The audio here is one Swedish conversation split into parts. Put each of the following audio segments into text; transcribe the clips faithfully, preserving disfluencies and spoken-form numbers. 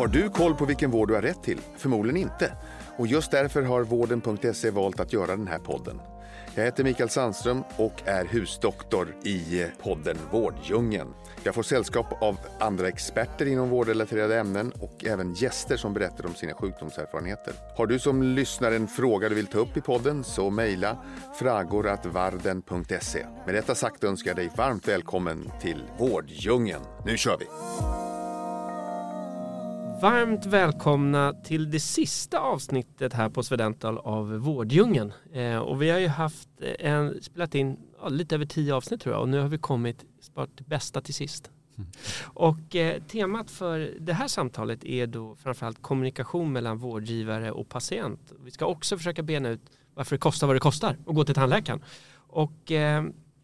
Har du koll på vilken vård du har rätt till? Förmodligen inte. Och just därför har vården punkt se valt att göra den här podden. Jag heter Mikael Sandström och är husdoktor i podden Vårdjungeln. Jag får sällskap av andra experter inom vårdrelaterade ämnen och även gäster som berättar om sina sjukdomserfarenheter. Har du som lyssnar en fråga du vill ta upp i podden så mejla fragor at varden punkt se. Med detta sagt önskar jag dig varmt välkommen till Vårdjungeln. Nu kör vi! Varmt välkomna till det sista avsnittet här på Swedental av Vårdjungeln. Eh, och vi har ju haft en, spelat in ja, lite över tio avsnitt tror jag. Och nu har vi kommit sparat det bästa till sist. Mm. Och eh, temat för det här samtalet är då framförallt kommunikation mellan vårdgivare och patient. Vi ska också försöka bena ut varför det kostar vad det kostar att gå till tandläkaren. Och... Eh,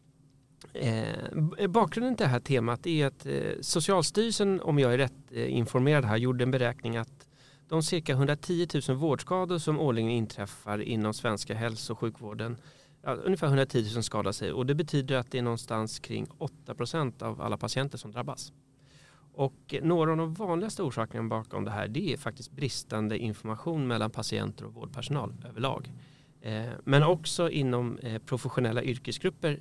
Eh, bakgrunden till det här temat är att eh, Socialstyrelsen, om jag är rätt eh, informerad här, gjorde en beräkning att de cirka hundratio tusen vårdskador som årligen inträffar inom svenska hälso- och sjukvården, ja, ungefär hundratio tusen skadar sig, och det betyder att det är någonstans kring åtta procent av alla patienter som drabbas. Och några av de vanligaste orsakerna bakom det här, det är faktiskt bristande information mellan patienter och vårdpersonal överlag. Men också inom professionella yrkesgrupper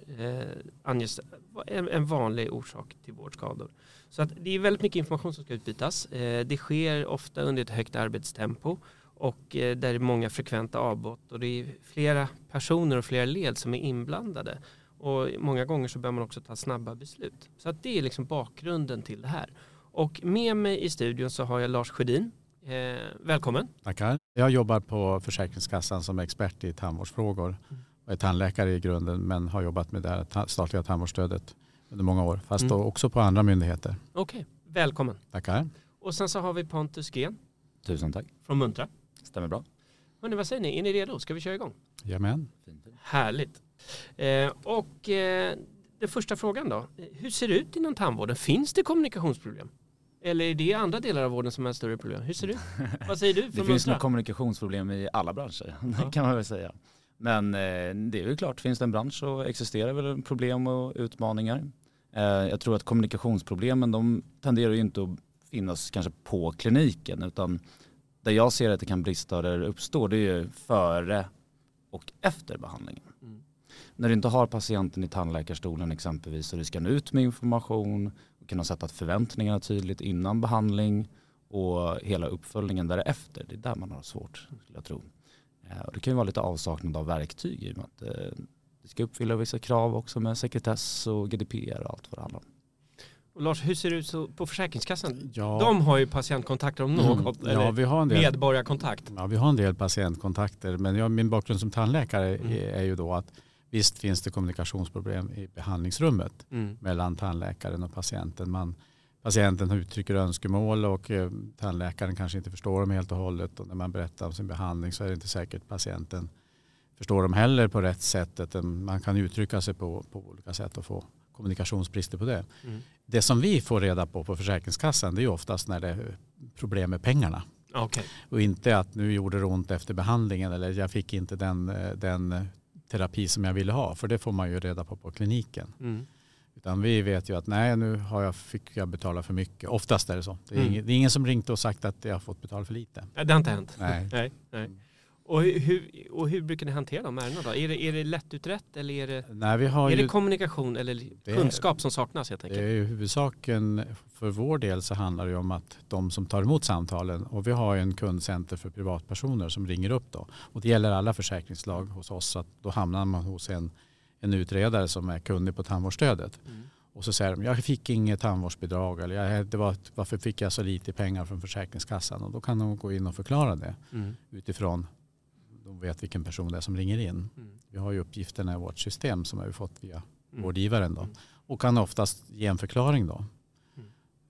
anges en vanlig orsak till vårdskador. Så att det är väldigt mycket information som ska utbytas. Det sker ofta under ett högt arbetstempo och där är många frekventa avbrott och det är flera personer och flera led som är inblandade. Och många gånger så bör man också ta snabba beslut. Så att det är liksom bakgrunden till det här. Och med mig i studion så har jag Lars Sjödin. Eh, välkommen. Tackar. Jag jobbar på Försäkringskassan som expert i tandvårdsfrågor. Jag är tandläkare i grunden men har jobbat med det här statliga tandvårdsstödet under många år. Fast mm. också på andra myndigheter. Okej, okay. Välkommen. Tackar. Och sen så har vi Pontus Gren. Tusen tack. Från Muntra. Stämmer bra. Hörrni, vad säger ni? Är ni redo? Ska vi köra igång? Jajamän. Härligt. Eh, och eh, den första frågan då. Hur ser det ut inom tandvården? Finns det kommunikationsproblem? Eller är det andra delar av vården som är ett större problem? Hur ser det ut? Vad säger du? Det finns nog kommunikationsproblem i alla branscher, ja. kan man väl säga. Men eh, det är ju klart, finns det en bransch så existerar väl problem och utmaningar. Eh, jag tror att kommunikationsproblemen, de tenderar ju inte att finnas kanske på kliniken, utan där jag ser att det kan brista och där det uppstår, det är ju före och efter behandlingen. Mm. När du inte har patienten i tandläkarstolen exempelvis så du ska nå ut med information och kunna sätta förväntningarna tydligt innan behandling och hela uppföljningen därefter. Det är där man har svårt, skulle jag tro. Och det kan ju vara lite avsaknad av verktyg i och med att det ska uppfylla vissa krav också med sekretess och G D P R och allt vad det handlar om. Och Lars, hur ser det ut så på Försäkringskassan? Ja. De har ju patientkontakter om något, mm. eller ja, vi har en del, medborgarkontakt. Ja, vi har en del patientkontakter, men jag, min bakgrund som tandläkare mm. är, är ju då att visst finns det kommunikationsproblem i behandlingsrummet mm. mellan tandläkaren och patienten. Man, patienten uttrycker önskemål och eh, tandläkaren kanske inte förstår dem helt och hållet. Och när man berättar om sin behandling så är det inte säkert patienten förstår dem heller på rätt sätt. Man kan uttrycka sig på, på olika sätt och få kommunikationsbrister på det. Mm. Det som vi får reda på på Försäkringskassan, det är ju oftast när det är problem med pengarna. Okay. Och inte att nu gjorde det ont efter behandlingen eller jag fick inte den, den terapi som jag ville ha. För det får man ju reda på på kliniken. Mm. Utan vi vet ju att nej, nu har jag, fick jag betala för mycket. Oftast är det så. Det är, mm. ingen, det är ingen som ringt och sagt att jag har fått betala för lite. Det har inte hänt. Nej. nej, nej. Och hur, och hur brukar ni hantera de ärendena då? Är det, är det lättutrett eller är det, nej, vi har är ju, det kommunikation eller det, kunskap som saknas helt enkelt? Det är ju huvudsaken för vår del så handlar det om att de som tar emot samtalen, och vi har ju en kundcenter för privatpersoner som ringer upp då. Och det gäller alla försäkringslag hos oss, så att då hamnar man hos en, en utredare som är kunnig på tandvårdsstödet. Mm. Och så säger de, jag fick inget tandvårdsbidrag eller jag, det var, varför fick jag så lite pengar från Försäkringskassan? Och då kan de gå in och förklara det mm. utifrån de vet vilken person det är som ringer in. Mm. Vi har ju uppgifterna i vårt system som vi har fått via mm. vårdgivaren då. Mm. Och kan oftast ge en förklaring då. Mm.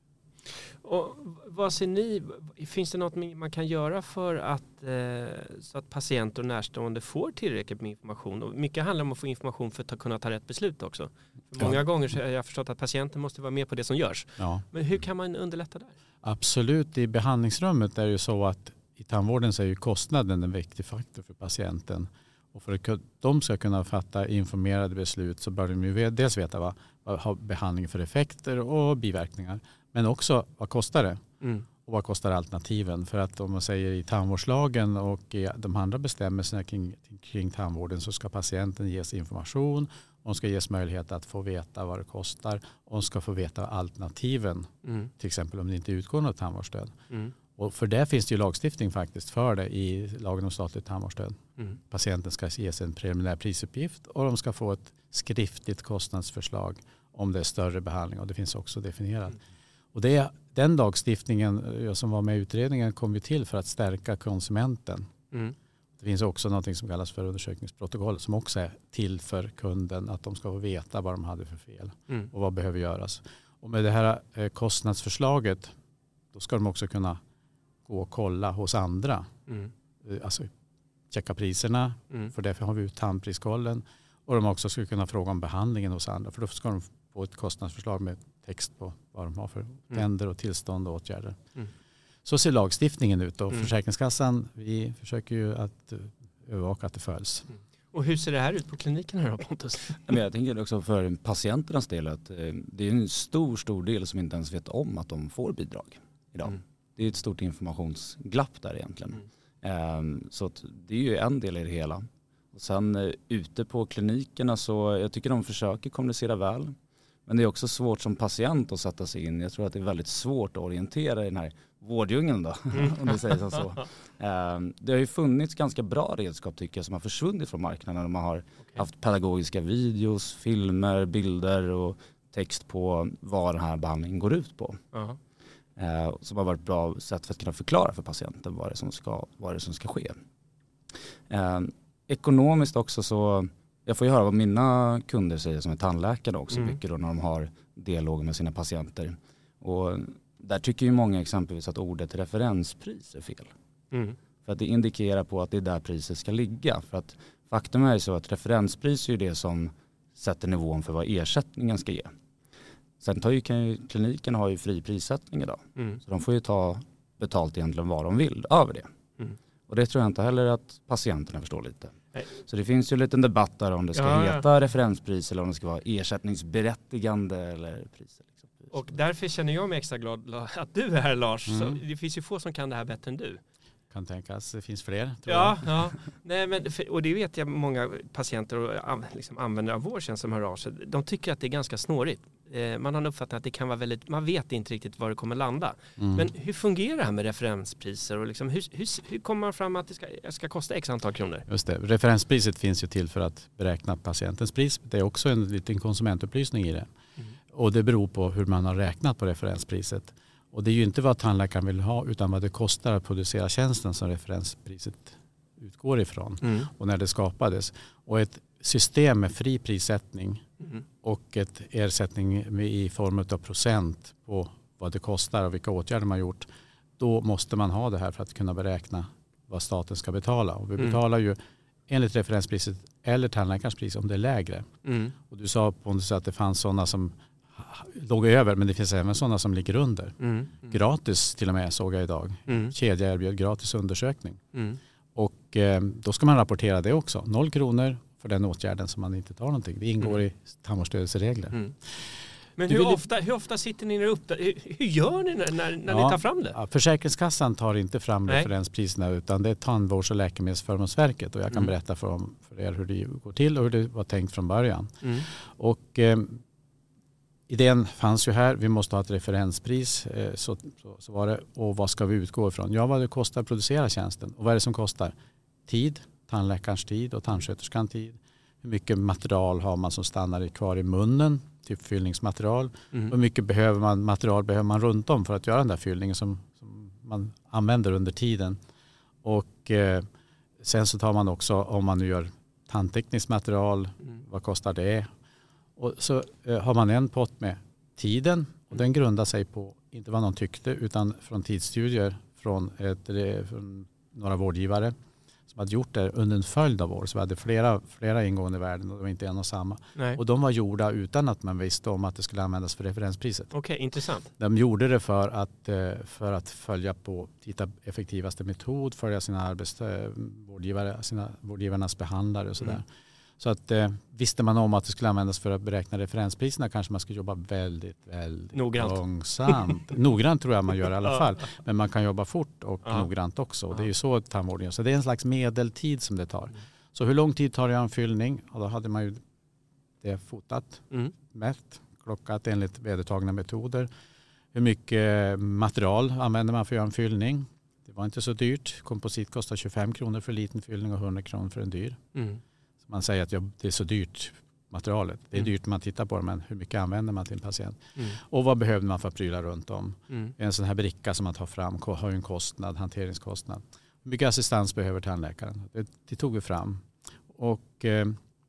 Och vad ser ni, finns det något man kan göra för att, eh, så att patienter och närstående får tillräckligt med information? Och mycket handlar om att få information för att kunna ta rätt beslut också. För många ja. gånger så har jag förstått att patienten måste vara med på det som görs. Ja. Men hur kan man underlätta där? Absolut, i behandlingsrummet är det ju så att i tandvården så är ju kostnaden en viktig faktor för patienten. Och för att de ska kunna fatta informerade beslut så bör de ju dels veta vad, vad har behandling för effekter och biverkningar. Men också vad kostar det? Mm. och vad kostar alternativen. För att om man säger i tandvårdslagen och i de andra bestämmelserna kring, kring tandvården så ska patienten ges information. De ska ges möjlighet att få veta vad det kostar. Och de ska få veta alternativen. Mm. Till exempel om det inte utgår något tandvårdsstöd. Mm. Och för det finns det ju lagstiftning faktiskt för det i lagen om statligt tandvårdsstöd. Mm. Patienten ska ges en preliminär prisuppgift och de ska få ett skriftligt kostnadsförslag om det är större behandling. Och det finns också definierat. Mm. Och det, den lagstiftningen som var med i utredningen kom ju till för att stärka konsumenten. Mm. Det finns också något som kallas för undersökningsprotokoll som också är till för kunden att de ska få veta vad de hade för fel mm. och vad behöver göras. Och med det här kostnadsförslaget då ska de också kunna gå och kolla hos andra. Mm. Alltså checka priserna, mm. för därför har vi ut tandpriskollen. Och de också ska kunna fråga om behandlingen hos andra. För då ska de få ett kostnadsförslag med text på vad de har för tänder och tillstånd och åtgärder. Mm. Så ser lagstiftningen ut. Och mm. Försäkringskassan, vi försöker ju att övervaka att det följs. Mm. Och hur ser det här ut på kliniken här då, Pontus? Jag tänker också för patienternas del att det är en stor, stor del som inte ens vet om att de får bidrag idag. Mm. Det är ett stort informationsglapp där egentligen. Mm. Så att det är ju en del i det hela. Och sen ute på klinikerna så jag tycker de försöker kommunicera väl. Men det är också svårt som patient att sätta sig in. Jag tror att det är väldigt svårt att orientera i den här vårddjungeln då, mm. om det sägs så. Det har ju funnits ganska bra redskap tycker jag som har försvunnit från marknaden. Man har okay. haft pedagogiska videos, filmer, bilder och text på vad den här behandlingen går ut på. Uh-huh. Eh, som har varit ett bra sätt för att kunna förklara för patienten vad det som ska, vad det som ska ske. Eh, ekonomiskt också så, jag får ju höra vad mina kunder säger som är tandläkare också mm. mycket då när de har dialog med sina patienter. Och där tycker ju många exempelvis att ordet referenspris är fel. Mm. För att det indikerar på att det är där priset ska ligga. För att faktum är ju så att referenspris är det som sätter nivån för vad ersättningen ska ge. Sen tar ju, kan ju kliniken ha ju fri prissättning idag. Mm. Så de får ju ta betalt egentligen vad de vill över det. Mm. Och det tror jag inte heller att patienterna förstår lite. Nej. Så det finns ju en liten debatt där om det ska ja, heta ja. referenspris eller om det ska vara ersättningsberättigande eller priser. Liksom. Och därför känner jag mig extra glad att du är här, Lars. Mm. Så det finns ju få som kan det här bättre än du. Kan tänkas, det finns fler. Tror ja, jag. ja. Nej, men, och det vet jag många patienter och liksom, användare av vårdtjänst som hör av sig. De tycker att det är ganska snårigt. Eh, man har en uppfattning att det kan vara väldigt, man vet inte riktigt var det kommer landa. Mm. Men hur fungerar det här med referenspriser? Och liksom, hur, hur, hur kommer man fram att det ska, ska kosta x antal kronor? Just det, referenspriset finns ju till för att beräkna patientens pris. Det är också en liten konsumentupplysning i det. Mm. Och det beror på hur man har räknat på referenspriset. Och det är ju inte vad tandläkaren vill ha utan vad det kostar att producera tjänsten som referenspriset utgår ifrån. Mm. Och när det skapades. Och ett system med fri prissättning mm. och ett ersättning i form av procent på vad det kostar och vilka åtgärder man har gjort. Då måste man ha det här för att kunna beräkna vad staten ska betala. Och vi mm. betalar ju enligt referenspriset eller tandläkarens pris om det är lägre. Mm. Och du sa Pontus att det fanns sådana som låg över, men det finns även sådana som ligger under. Mm. Mm. Gratis till och med såg jag idag. Mm. Kedja erbjöd gratis undersökning. Mm. Och eh, då ska man rapportera det också. Noll kronor för den åtgärden som man inte tar någonting. Det ingår mm. i tandvårdsstödets regler. Mm. Men hur, vill... ofta, hur ofta sitter ni upp där? Hur, hur gör ni när, när, när ja, ni tar fram det? Ja, Försäkringskassan tar inte fram Nej. referenspriserna utan det är Tandvårds- och läkemedelsförmånsverket. Och jag kan mm. berätta för, om, för er hur det går till och hur det var tänkt från början. Mm. Och eh, idén fanns ju här. Vi måste ha ett referenspris. Eh, så, så, så var det. Och vad ska vi utgå ifrån? Ja, vad det kostar att producera tjänsten. Och vad är det som kostar? Tid, tandläkarens tid och tandsköterskans tid. Hur mycket material har man som stannar kvar i munnen? Typ fyllningsmaterial. Mm. Hur mycket behöver man, material behöver man runt om för att göra den där fyllningen som, som man använder under tiden. Och eh, sen så tar man också, om man nu gör tandtekniskt material, mm. vad kostar det? Och så eh, har man en pott med tiden och den grundar sig på, inte vad någon tyckte, utan från tidsstudier från, ett, från några vårdgivare som hade gjort det under en följd av år. Så vi hade flera, flera ingående värden och det var inte en och samma. Nej. Och de var gjorda utan att man visste om att det skulle användas för referenspriset. Okej, okay, intressant. De gjorde det för att, för att följa på, titta effektivaste metod, följa sina arbetsvårdgivare, sina vårdgivarnas behandlare och sådär. Mm. Så att eh, visste man om att det skulle användas för att beräkna referenspriserna kanske man skulle jobba väldigt, väldigt noggrant. långsamt. Noggrant tror jag man gör i alla fall. Men man kan jobba fort och ja. noggrant också. Och det är ju så tandvården gör. Så det är en slags medeltid som det tar. Mm. Så hur lång tid tar det en fyllning? Och då hade man ju det fotat, mm. mätt, klockat enligt vedertagna metoder. Hur mycket material använder man för att göra en fyllning? Det var inte så dyrt. Komposit kostar tjugofem kronor för en liten fyllning och hundra kronor för en dyr. Mm. Så man säger att ja, det är så dyrt materialet. Det är mm. dyrt när man tittar på det, men hur mycket använder man till en patient? Mm. Och vad behöver man för att pryla runt om? Mm. En sån här bricka som man tar fram har ju en kostnad, hanteringskostnad. Hur mycket assistans behöver tandläkaren? Det, det tog vi fram. Och eh,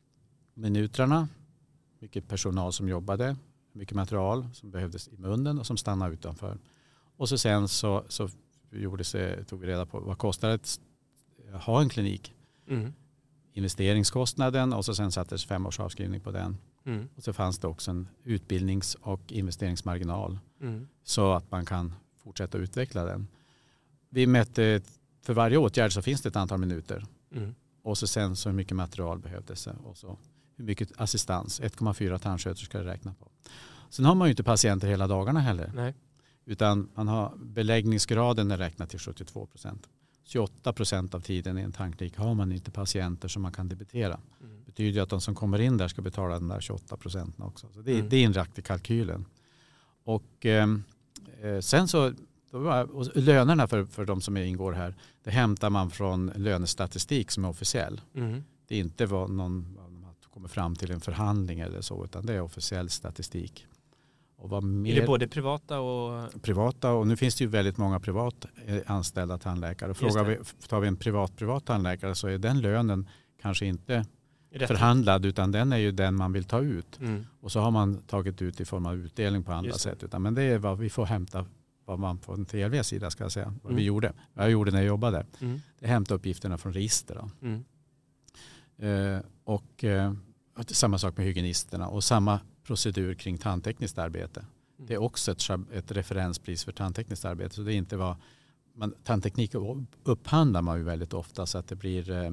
minuterna, mycket personal som jobbade, mycket material som behövdes i munnen och som stannade utanför. Och så sen så, så gjorde sig, tog vi reda på vad kostar det att ha en klinik. Mm. Investeringskostnaden och så sen sattes fem års avskrivning på den. Mm. Och så fanns det också en utbildnings- och investeringsmarginal mm. så att man kan fortsätta utveckla den. Vi mätte, för varje åtgärd så finns det ett antal minuter. Mm. Och så sen så hur mycket material behövdes och så hur mycket assistans, ett komma fyra tandsköterskor räkna på. Sen har man ju inte patienter hela dagarna heller. Nej. Utan man har beläggningsgraden är räknat till sjuttiotvå procent. tjugoåtta procent av tiden i en tandklinik har man inte patienter som man kan debitera. Mm. Det betyder att de som kommer in där ska betala de där tjugoåtta procenten också. Så det, mm. det är inrakt i kalkylen. Och eh, sen så då var, och lönerna för, för de som ingår här, det hämtar man från lönestatistik som är officiell. Mm. Det är inte vad någon kommer fram till en förhandling eller så, utan det är officiell statistik. Och vad mer, är det både privata och... Privata, och nu finns det ju väldigt många privat anställda tandläkare. Och frågar vi, tar vi en privat-privat tandläkare så är den lönen kanske inte Rätt. förhandlad, utan den är ju den man vill ta ut. Mm. Och så har man tagit ut i form av utdelning på andra sätt. Utan, men det är vad vi får hämta, vad man från T L V:s sida ska jag säga, vad mm. vi gjorde. Vad jag gjorde när jag jobbade. Mm. Det hämtar uppgifterna från register. Då. Mm. Eh, och eh, samma sak med hygienisterna och samma procedur kring tandtekniskt arbete. Mm. Det är också ett, ett referenspris för tandtekniskt arbete. Så det är inte vad man, tandteknik upphandlar man ju väldigt ofta så att det blir eh,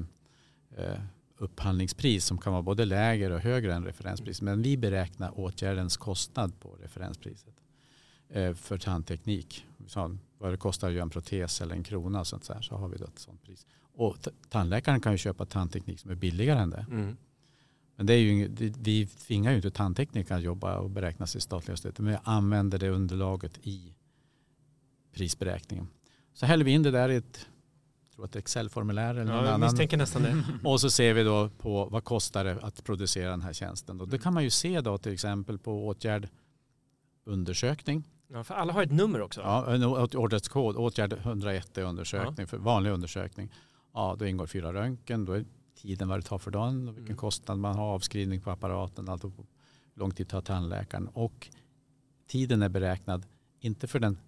upphandlingspris som kan vara både lägre och högre än referenspris. Mm. Men vi beräknar åtgärdens kostnad på referenspriset eh, för tandteknik. Så, vad det kostar att göra en protes eller en krona och sånt så, här, så har vi då ett sånt pris. Och t- tandläkaren kan ju köpa tandteknik som är billigare än det. Mm. Men det är ju, det, vi tvingar ju inte tandtekniker att jobba och beräkna sig statliga stöd. Men vi använder det underlaget i prisberäkningen. Så häller vi in det där i ett, jag tror att Excel-formulär eller ja, någon jag annan. Misstänker nästan det. Och så ser vi då på vad kostar det att producera den här tjänsten. Då. Det kan man ju se då till exempel på åtgärd undersökning. Ja, för alla har ett nummer också. Ja, en åtgärdskod, åtgärd hundraett är undersökning, ja. För vanlig undersökning. Ja, då ingår fyra röntgen, då är tiden vad det tar för dagen och vilken mm. kostnad man har, avskrivning på apparaten, alltså hur lång tid tar tandläkaren. Och tiden är beräknad inte för den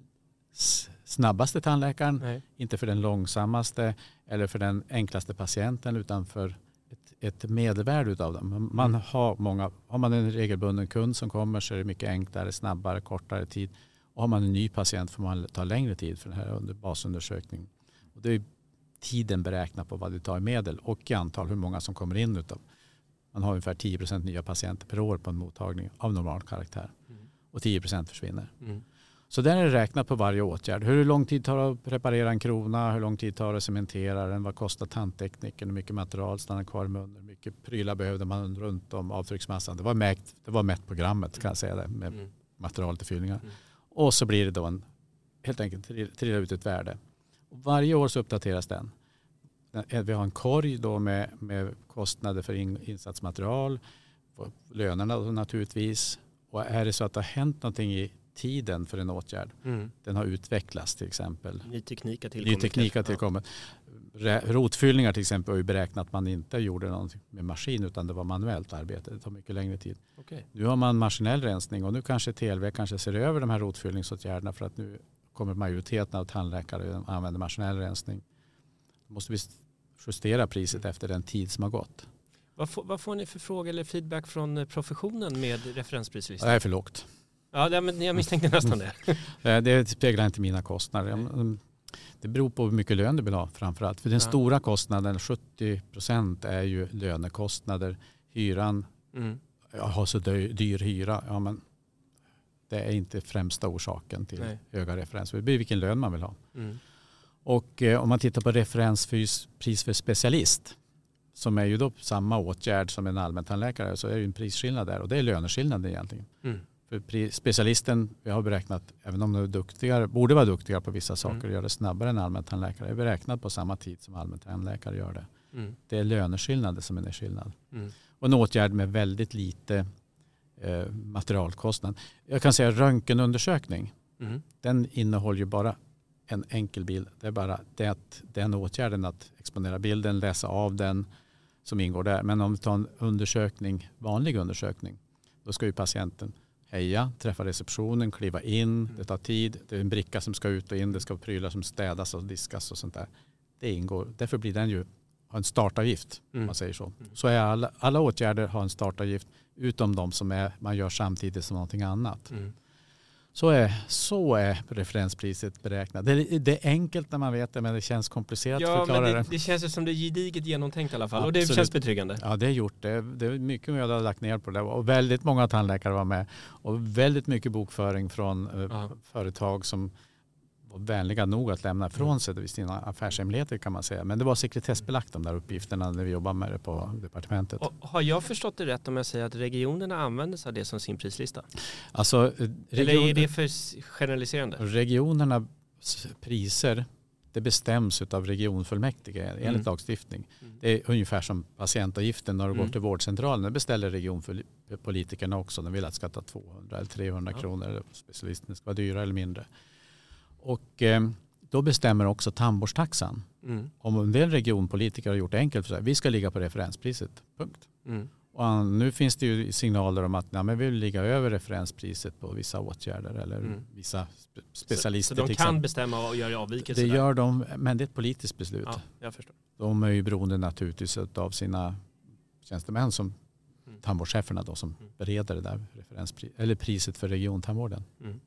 snabbaste tandläkaren, Nej. inte för den långsammaste eller för den enklaste patienten, utan för ett, ett medelvärde utav dem. Man mm. har många, har man en regelbunden kund som kommer så är det mycket enklare, snabbare, kortare tid. Och har man en ny patient får man ta längre tid för den här under basundersökningen. Och det är tiden beräknat på vad det tar i medel och i antal hur många som kommer in utav. Man har ungefär tio procent nya patienter per år på en mottagning av normal karaktär. Mm. Och tio procent försvinner. Mm. Så där är det räknat på varje åtgärd. Hur lång tid tar det att reparera en krona? Hur lång tid tar det att cementera den? Vad kostar tandtekniken? Hur mycket material stannar kvar i munnen? Hur mycket prylar behövde man runt om avtrycksmassan? Det var mätt, det var mätt programmet kan jag säga det, med mm. material till fyllningar. Mm. Och så blir det då en, helt enkelt trillar ut ett värde. Och varje år så uppdateras den. Vi har en korg då med, med kostnader för in, insatsmaterial, lönerna naturligtvis. Och är det så att det har hänt någonting i tiden för en åtgärd, mm. den har utvecklats till exempel. Ny teknik har tillkommit. Ny teknik har tillkommit. Ja. Rotfyllningar till exempel har ju beräknat att man inte gjorde något med maskin utan det var manuellt arbete. Det tar mycket längre tid. Okay. Nu har man maskinell rensning och nu kanske T L V kanske ser över de här rotfyllningsåtgärderna för att nu kommer majoriteten av tandläkare att använda maskinell rensning. Då måste vi justera priset efter den tid som har gått. Vad får, vad får ni för fråga eller feedback från professionen med referensprislistan? Det är för lågt. Ja, men jag misstänkte nästan det. Det speglar inte mina kostnader. Det beror på hur mycket lön du vill ha framförallt. För den Ja. stora kostnaden, sjuttio procent, är ju lönekostnader. Hyran, Mm. jag har så dyr, dyr hyra. Ja, men det är inte främsta orsaken till Nej. höga referenser. Det blir vilken lön man vill ha. Mm. Och eh, om man tittar på referenspris för specialist, som är ju då samma åtgärd som en allmäntandläkare, så är det ju en prisskillnad där. Och det är löneskillnaden egentligen. Mm. För specialisten, vi har beräknat, även om de är duktigare, borde vara duktiga på vissa saker Mm. och gör det snabbare än allmäntandläkare, är beräknat på samma tid som allmäntandläkare gör det. Mm. Det är löneskillnader som är skillnad. Mm. Och en åtgärd med väldigt lite eh, materialkostnad. Jag kan säga röntgenundersökning. Mm. Den innehåller ju bara en enkel bild. Det är bara det att den åtgärden att exponera bilden, läsa av den som ingår där. Men om vi tar en undersökning, vanlig undersökning, då ska ju patienten heja, träffa receptionen, kliva in, det tar tid, det är en bricka som ska ut och in, det ska prylar som städas och diskas och sånt där. Det ingår. Därför blir den ju har en startavgift, om Mm. man säger så. Så är alla, alla åtgärder har en startavgift, utom de som är, man gör samtidigt som någonting annat. Mm. Så är, så är referenspriset beräknat. Det är, det är enkelt när man vet det, men det känns komplicerat att Ja, förklara men det, det. det känns ju som det är gediget genomtänkt i alla fall. Och det Absolut. känns betryggande. Ja, det är gjort. Det, det är mycket möda jag har lagt ner på det. Och väldigt många tandläkare var med. Och väldigt mycket bokföring från eh, Ja. företag som var vänliga nog att lämna ifrån sig sina affärshemligheter, kan man säga. Men det var sekretessbelagt, de där uppgifterna, när vi jobbar med det på departementet. Och har jag förstått det rätt om jag säger att regionerna använder sig av det som sin prislista? Alltså, Eller region, är det för generaliserande? regionernas priser, det bestäms av regionfullmäktige enligt Mm. lagstiftning. Mm. Det är ungefär som patientavgiften när du Mm. går till vårdcentralen. Det beställer regionpolitikerna också. De vill att det ska ta tvåhundra eller trehundra Ja. kronor. Eller specialisten ska vara dyra eller mindre. Och eh, då bestämmer också tandvårdstaxan. Mm. Om en del regionpolitiker har gjort det enkelt för sig, vi ska ligga på referenspriset. Punkt. Mm. Och nu finns det ju signaler om att nej, men vi vill ligga över referenspriset på vissa åtgärder eller Mm. vissa spe- specialister. Så, så de till kan exempel. bestämma och göra avvikelser? Det där? gör de, men det är ett politiskt beslut. Ja, jag förstår. De är ju beroende naturligtvis av sina tjänstemän som Mm. tandvårdscheferna då, som Mm. bereder det där referenspri- eller priset för regiontandvården. Mm.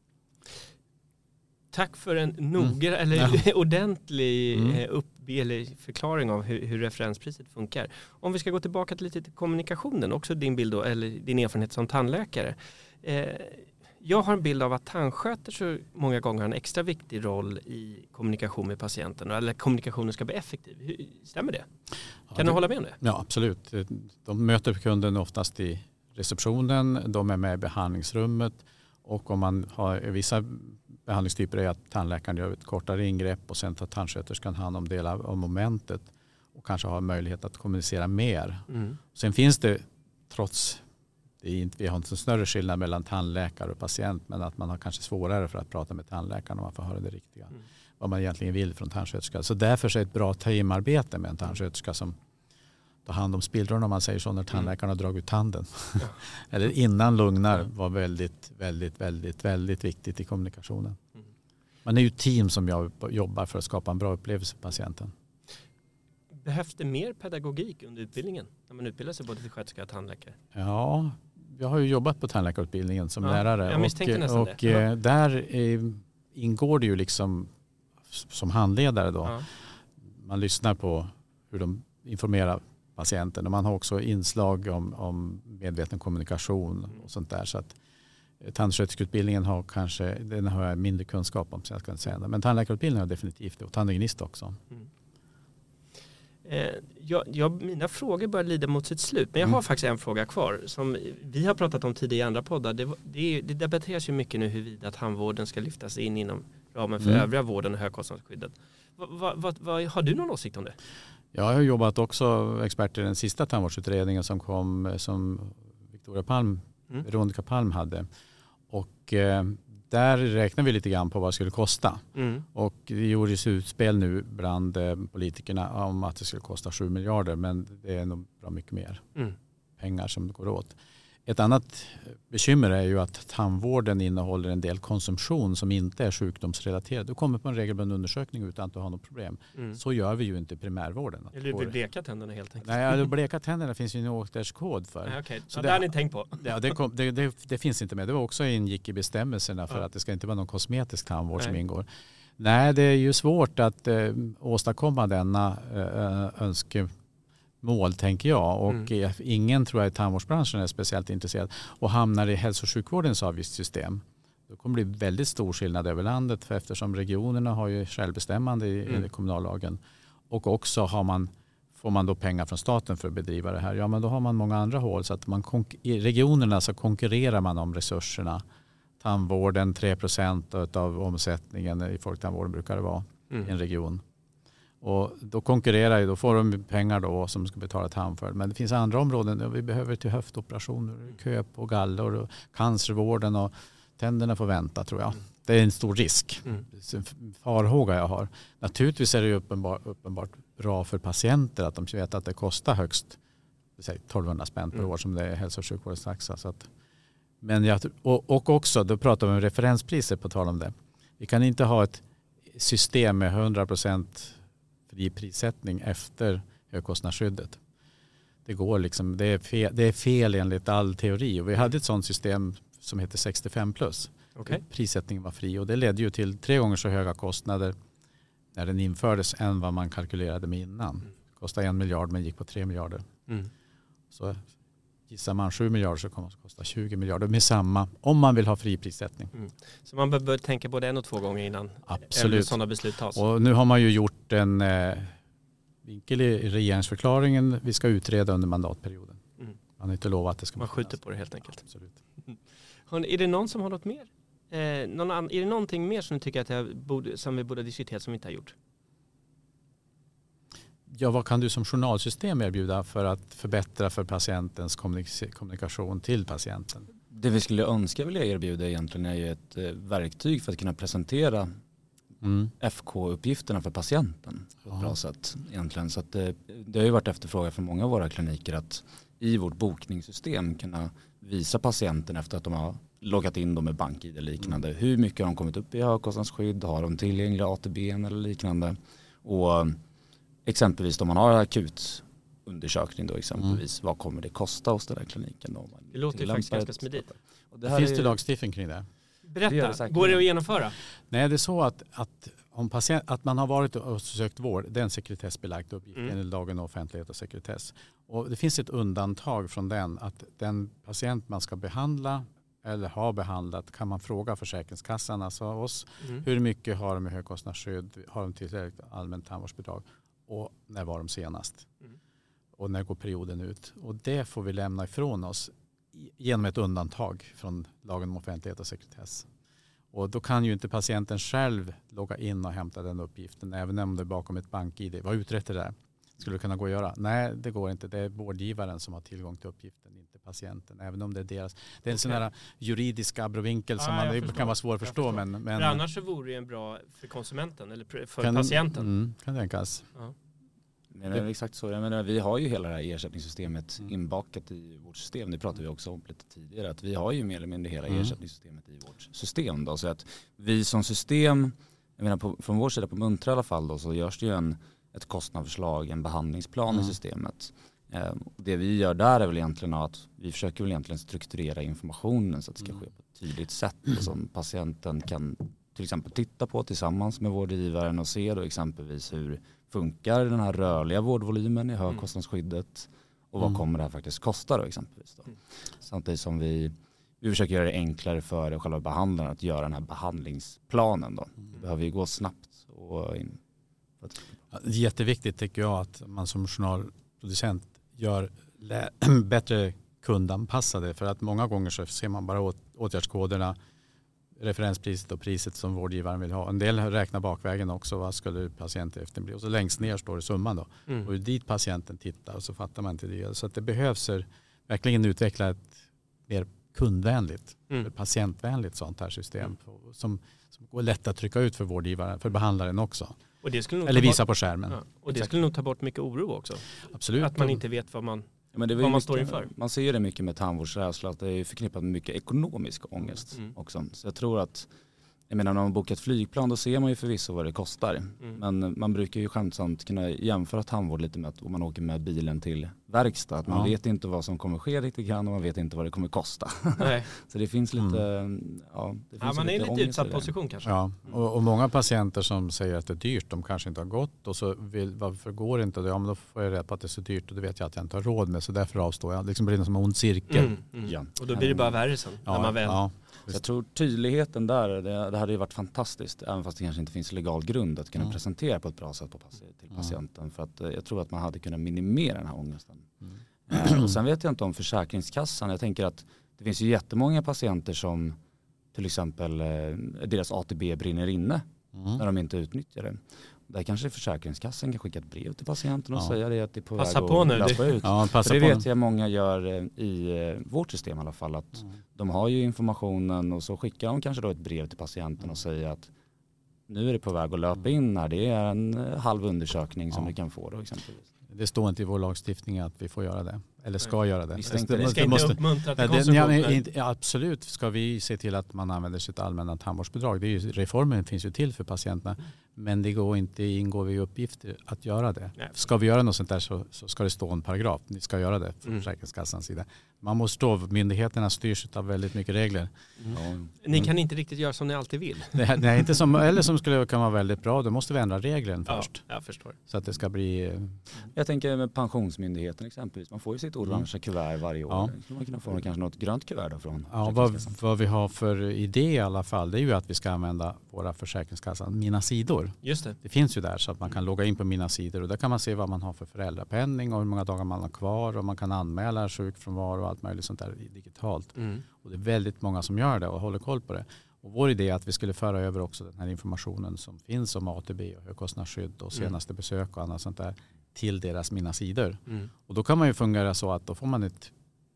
Tack för en noggrann eller Ja. ordentlig Mm. eh, upp, eller förklaring av hur, hur referenspriset funkar. Om vi ska gå tillbaka till lite till kommunikationen, också din bild då, eller din erfarenhet som tandläkare. Eh, jag har en bild av att tandsköterskor många gånger har en extra viktig roll i kommunikation med patienten, eller kommunikationen ska bli effektiv. Hur, stämmer det? Ja, Kan det, du hålla med om det? Ja, absolut. De möter kunden oftast i receptionen, de är med i behandlingsrummet, och om man har vissa behandlingstyper är att tandläkaren gör ett kortare ingrepp och sen tar tandsköterskan hand om delar av momentet och kanske har möjlighet att kommunicera mer. Mm. Sen finns det, trots det är inte, vi har inte så större skillnad mellan tandläkare och patient, men att man har kanske svårare för att prata med tandläkaren om man får höra det riktiga. Mm. Vad man egentligen vill från tandsköterska. Så därför är det ett bra teamarbete med en tandsköterska som tar hand om spillrorna, om man säger så, när tandläkaren har dragit ut tanden. Ja. Eller innan lugnar Ja. var väldigt, väldigt, väldigt, väldigt viktigt i kommunikationen. Mm. Man är ju ett team som jag jobbar för att skapa en bra upplevelse för patienten. Behövs det mer pedagogik under utbildningen? När man utbildar sig både till sköterska och tandläkare? Ja, jag har ju jobbat på tandläkarutbildningen som Ja, lärare. jag misstänkte och nästan och det. Ja. eh, där eh, ingår det ju liksom som handledare då. Ja. Man lyssnar på hur de informerar patienten, och man har också inslag om, om medveten kommunikation och sånt där. Så att eh, tandsköterskeutbildningen har kanske, den har jag mindre kunskap om, så jag ska inte säga det. Men tandläkarutbildningen har definitivt det, och tandhygienist också. Mm. Eh, jag, jag, mina frågor börjar lida mot sitt slut, men jag Mm. har faktiskt en fråga kvar som vi har pratat om tidigare i andra poddar. Det, det, det debatteras ju mycket nu huruvida tandvården ska lyftas in inom ramen för Mm. övriga vården och högkostnadsskyddet. Va, va, va, va, har du någon åsikt om det? Jag har jobbat också expert i den sista tandvårdsutredningen som kom, som Victoria Palm, Mm. Veronica Palm hade. Och eh, där räknar vi lite grann på vad det skulle kosta. Mm. Och det gjordes utspel nu bland eh, politikerna om att det skulle kosta sju miljarder, men det är nog bra mycket mer Mm. pengar som går åt. Ett annat bekymmer är ju att tandvården innehåller en del konsumtion som inte är sjukdomsrelaterad. Du kommer på en regelbunden undersökning utan att du har något problem. Mm. Så gör vi ju inte i primärvården. Eller du vill bleka tänderna helt enkelt? Nej, alltså, bleka tänderna finns ju en åtgärdskod för. Nej, okay. Så Så det- det har ni tänkt på? Ja, det, kom, det, det, det finns inte med. Det var också ingick i bestämmelserna för Ja. att det ska inte vara någon kosmetisk tandvård som Nej. ingår. Nej, det är ju svårt att eh, åstadkomma denna eh, önskemål, tänker jag. Och mm. eh, ingen tror jag i tandvårdsbranschen är speciellt intresserad. Och hamnar i hälso- och sjukvårdens avgiftssystem, då kommer det bli väldigt stor skillnad över landet. För eftersom regionerna har ju självbestämmande i, mm. i kommunallagen. Och också har man, får man då pengar från staten för att bedriva det här. Ja, men då har man många andra hål. Så att man konk- i regionerna så konkurrerar man om resurserna. Tandvården, tre procent av omsättningen i folktandvården brukar det vara mm. i en region. Och då konkurrerar ju, då får de pengar då som ska betala tandvård. Men det finns andra områden, vi behöver till höftoperationer, köp och gallor och cancervården och tänderna får vänta, tror jag. Det är en stor risk, mm. farhåga jag har. Naturligtvis är det ju uppenbar, uppenbart bra för patienter att de vet att det kostar högst tolvhundra spänn per år som det är hälso- och sjukvårdens taxa. Så att Men jag, och, och också, då pratar vi om referenspriser på tal om det. Vi kan inte ha ett system med hundra procent fri prissättning efter högkostnadsskyddet. Det går liksom, det är fel, det är fel enligt all teori. Och vi hade ett sådant system som heter sextiofem plus. Okay. Prissättningen var fri och det ledde ju till tre gånger så höga kostnader när den infördes än vad man kalkylerade med innan. Det kostade en miljard men gick på tre miljarder. Mm. Så gissar man sju miljarder så kommer det att kosta tjugo miljarder med samma, om man vill ha fri prissättning. Mm. Så man behöver tänka både en och två gånger innan Absolut. sådana beslut tas? Och nu har man ju gjort en eh, vinkel i regeringsförklaringen. Vi ska utreda under mandatperioden. Mm. Man har inte lovat att det ska man skjuter på det helt enkelt. Absolut. Hörrni, är det någon som har något mer? Eh, någon an- är det någonting mer som du tycker att jag borde, som vi borde diskutera som vi inte har gjort? Ja, vad kan du som journalsystem erbjuda för att förbättra för patientens kommunik- kommunikation till patienten? Det vi skulle önska vilja erbjuda egentligen är ju ett eh, verktyg för att kunna presentera mm. F K-uppgifterna för patienten på ett ja. bra sätt egentligen. Så att det, det har ju varit efterfrågan från många av våra kliniker att i vårt bokningssystem kunna visa patienten efter att de har loggat in dem med BankID eller liknande. Mm. Hur mycket har de kommit upp i högkostnadsskydd? Har de tillgängliga A T B eller liknande? Och exempelvis om man har akut undersökning då exempelvis, mm. vad kommer det kosta hos den här kliniken? Då? Det låter ju faktiskt ganska smidigt. Och det Finns är... det lagstiftning kring det? Berätta, det går det att genomföra? Nej, det är så att, att, om patient, att man har varit och sökt vård, det är en sekretessbelagd uppgift mm. enligt lagen om offentlighet och sekretess. Och det finns ett undantag från den, att den patient man ska behandla eller har behandlat kan man fråga Försäkringskassan, alltså oss, mm. hur mycket har de med högkostnadsskydd, har de tillräckligt allmänt tandvårdsbidrag och när var de senast? Mm. Och när går perioden ut? Och det får vi lämna ifrån oss genom ett undantag från lagen om offentlighet och sekretess. Och då kan ju inte patienten själv logga in och hämta den uppgiften, även om det är bakom ett BankID. Vad utrett det där? Skulle det kunna gå att göra? Nej, det går inte. Det är vårdgivaren som har tillgång till uppgiften, inte patienten. Även om det är deras. Det är en okay. sån här juridisk abrovinkel som ah, man, det kan vara svår att förstå. Men, men, men annars så vore det en bra för konsumenten eller för kan, patienten. Mm, kan tänkas. Ja. Men det är exakt så. Jag menar, vi har ju hela det här ersättningssystemet mm. inbakat i vårt system. Det pratade vi också om lite tidigare. Att vi har ju mer eller mindre hela mm. ersättningssystemet i vårt system. Då. Så att vi som system, jag menar på, från vår sida på Muntra i alla fall, då, så görs det ju en, ett kostnadsförslag, en behandlingsplan mm. i systemet. Eh, det vi gör där är väl egentligen att vi försöker väl egentligen strukturera informationen så att det ska ske på ett tydligt sätt. Och som patienten kan till exempel titta på tillsammans med vårdgivaren och se då exempelvis hur funkar den här rörliga vårdvolymen i högkostnadsskyddet och vad mm. kommer det här faktiskt kosta då exempelvis. Då. Mm. Samtidigt som vi, vi försöker göra det enklare för själva behandlaren att göra den här behandlingsplanen. Då. Mm. Det behöver ju gå snabbt. Och in. Ja, det är jätteviktigt tycker jag att man som journalproducent gör lä- bättre kundanpassade, för att många gånger så ser man bara åt, åtgärdskoderna, referenspriset och priset som vårdgivaren vill ha. En del räknar bakvägen också, vad skulle patienten efter bli? Och så längst ner står det summan då. Mm. Och dit patienten tittar och så fattar man inte det. Så att det behövs verkligen utveckla ett mer kundvänligt, mm. patientvänligt sånt här system mm. som, som går lätt att trycka ut för vårdgivaren, för behandlaren också. Och det skulle nog Eller visa bort, på skärmen. Ja. Och det skulle nog ta bort mycket oro också. Absolut. Att man inte vet vad man, ja, men det vad man mycket, står inför. Man ser det mycket med tandvårdsrädsla, att det är förknippat med mycket ekonomisk ångest mm. också. Så jag tror att Jag menar, när man bokar ett flygplan då ser man ju förvisso vad det kostar. Mm. Men man brukar ju skämtsamt kunna jämföra tandvård lite med att om man åker med bilen till verkstad. Att man ja. vet inte vad som kommer ske riktigt grann och man vet inte vad det kommer kosta. Nej. Så det finns lite... Mm. Ja, det finns ja, man lite är i lite utsatt position kanske. Ja, och, och många patienter som säger att det är dyrt, de kanske inte har gått och så vill, varför går det inte? Ja, men då får jag reda på att det är så dyrt och det vet jag att jag inte har råd med, så därför avstår jag. Liksom blir det som en ond cirkel. Mm. Mm. Ja. Och då blir det bara värre sen. Ja, när man väl... ja. Så jag tror tydligheten där, det, det hade ju varit fantastiskt, även fast det kanske inte finns legal grund att kunna mm. presentera på ett bra sätt på, till patienten. Mm. För att jag tror att man hade kunnat minimera den här ångesten. Mm. Eh, och sen vet jag inte om Försäkringskassan, jag tänker att det finns ju jättemånga patienter som till exempel eh, deras A T B brinner inne mm. när de inte utnyttjar det. Där kanske Försäkringskassan kan skicka ett brev till patienten och ja. säga det att det är på passa väg på att nu. löpa ut. Ja, passa det på vet nu. jag många gör i vårt system i alla fall. Att mm. de har ju informationen och så skickar de kanske då ett brev till patienten mm. och säger att nu är det på väg att löpa in här. Det är en halv undersökning som ja. du kan få då exempelvis. Det står inte i vår lagstiftning att vi får göra det. Eller ska Nej. göra det. Det, det, det ska inte måste, uppmuntra till konsumtion. Ja, inte, ja, absolut ska vi se till att man använder sitt allmänna tandvårdsbidrag. Det är ju, reformen finns ju till för patienterna. Mm. Men det går inte, ingår i uppgifter att göra det. Nej. Ska vi göra något sånt där så, så ska det stå en paragraf. Ni ska göra det från mm. Försäkringskassans sida. Man måste då, myndigheterna styrs av väldigt mycket regler. Mm. Mm. Ni kan inte riktigt göra som ni alltid vill. Det, nej, inte som, eller som skulle kunna vara väldigt bra. Då måste vi ändra regeln ja, först. Jag förstår. Så att det ska bli... Jag tänker med Pensionsmyndigheten exempelvis. Man får ju sitt orangea mm. kuvert varje år. Ja. Så man kan få kanske något grönt kuvert då från ja, vad, vad vi har för idé i alla fall, det är ju att vi ska använda våra Försäkringskassan, Mina sidor. Just det. Det finns ju där så att man kan logga in på Mina sidor och där kan man se vad man har för föräldrapenning och hur många dagar man har kvar och man kan anmäla sjukfrånvaro och allt möjligt sånt där digitalt. Mm. Och det är väldigt många som gör det och håller koll på det. Och vår idé är att vi skulle föra över också den här informationen som finns om A T B och högkostnadsskydd och senaste mm. besök och annat sånt där till deras Mina sidor. Mm. Och då kan man ju fungera så att då får man ett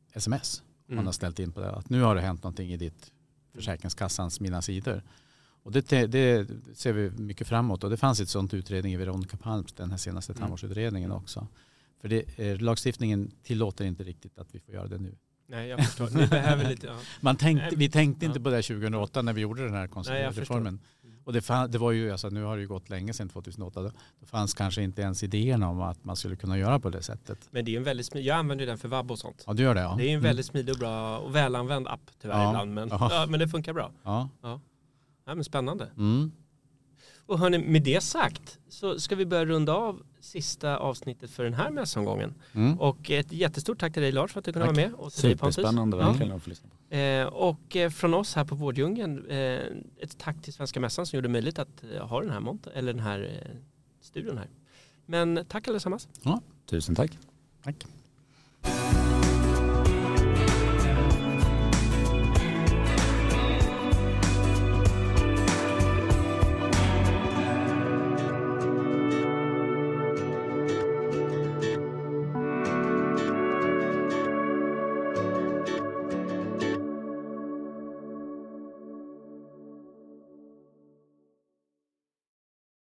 sms om mm. man har ställt in på det. Att nu har det hänt någonting i ditt Försäkringskassans Mina sidor. Och det, det ser vi mycket framåt. Och det fanns ett sånt utredning i Veronica Palms, den här senaste tandvårdsutredningen mm. också. För det, eh, lagstiftningen tillåter inte riktigt att vi får göra det nu. Nej, jag förstår. Ni behöver lite, ja. Man tänkte, vi tänkte inte på det tjugohundraåtta när vi gjorde den här konsumentreformen. Och det, fann, det var ju, alltså, nu har det ju gått länge sedan tjugohundraåtta. Det fanns kanske inte ens idén om att man skulle kunna göra på det sättet. Men det är en väldigt smidig, jag använder den för vab och sånt. Ja, du gör det, ja. Det är en väldigt smidig och bra och välanvänd app tyvärr ja. ibland. Men, ja, men det funkar bra. Ja. Ja. Ja, men spännande. Mm. Och hörni, med det sagt så ska vi börja runda av sista avsnittet för den här mässomgången. Mm. Och ett jättestort tack till dig Lars för att du kunde tack. vara med. Och till Superspännande dig, verkligen att få lyssna på. Eh, och eh, från oss här på Vårdjungeln eh, ett tack till Svenska Mässan som gjorde det möjligt att eh, ha den här, mont- eller den här eh, studion här. Men tack allesammans. Ja. Tusen tack. Tack.